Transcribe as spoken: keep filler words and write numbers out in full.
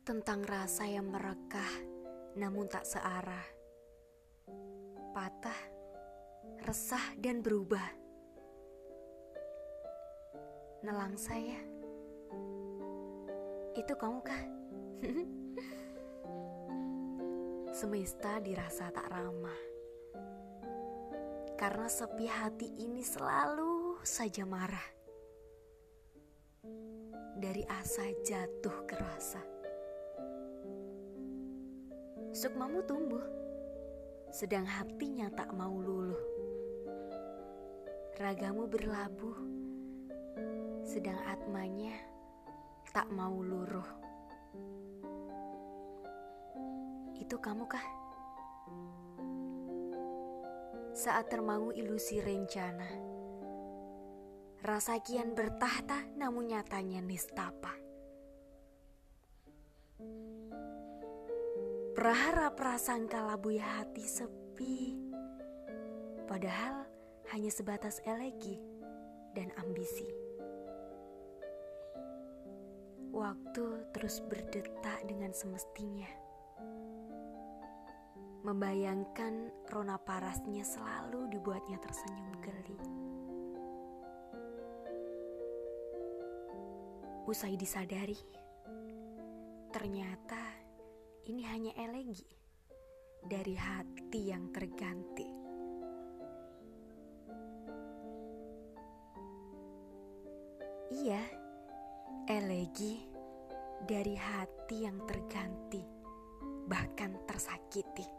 Tentang rasa yang merekah namun tak searah, patah, resah dan berubah. Nelang saya, itu kamu kah? Semesta dirasa tak ramah, karena sepi hati ini selalu saja marah. Dari asa jatuh ke rasa, sukmamu tumbuh, sedang hatinya tak mau luluh. Ragamu berlabuh, sedang atmanya tak mau luruh. Itu kamu kah? Saat termangu ilusi rencana, rasa kian bertahta namun nyatanya nistapa. Berharap prasangka labuh hati sepi, padahal hanya sebatas elegi dan ambisi. Waktu terus berdetak dengan semestinya, membayangkan rona parasnya selalu dibuatnya tersenyum geli. Usai disadari, ternyata ini hanya elegi dari hati yang terganti. Iya, elegi dari hati yang terganti, bahkan tersakiti.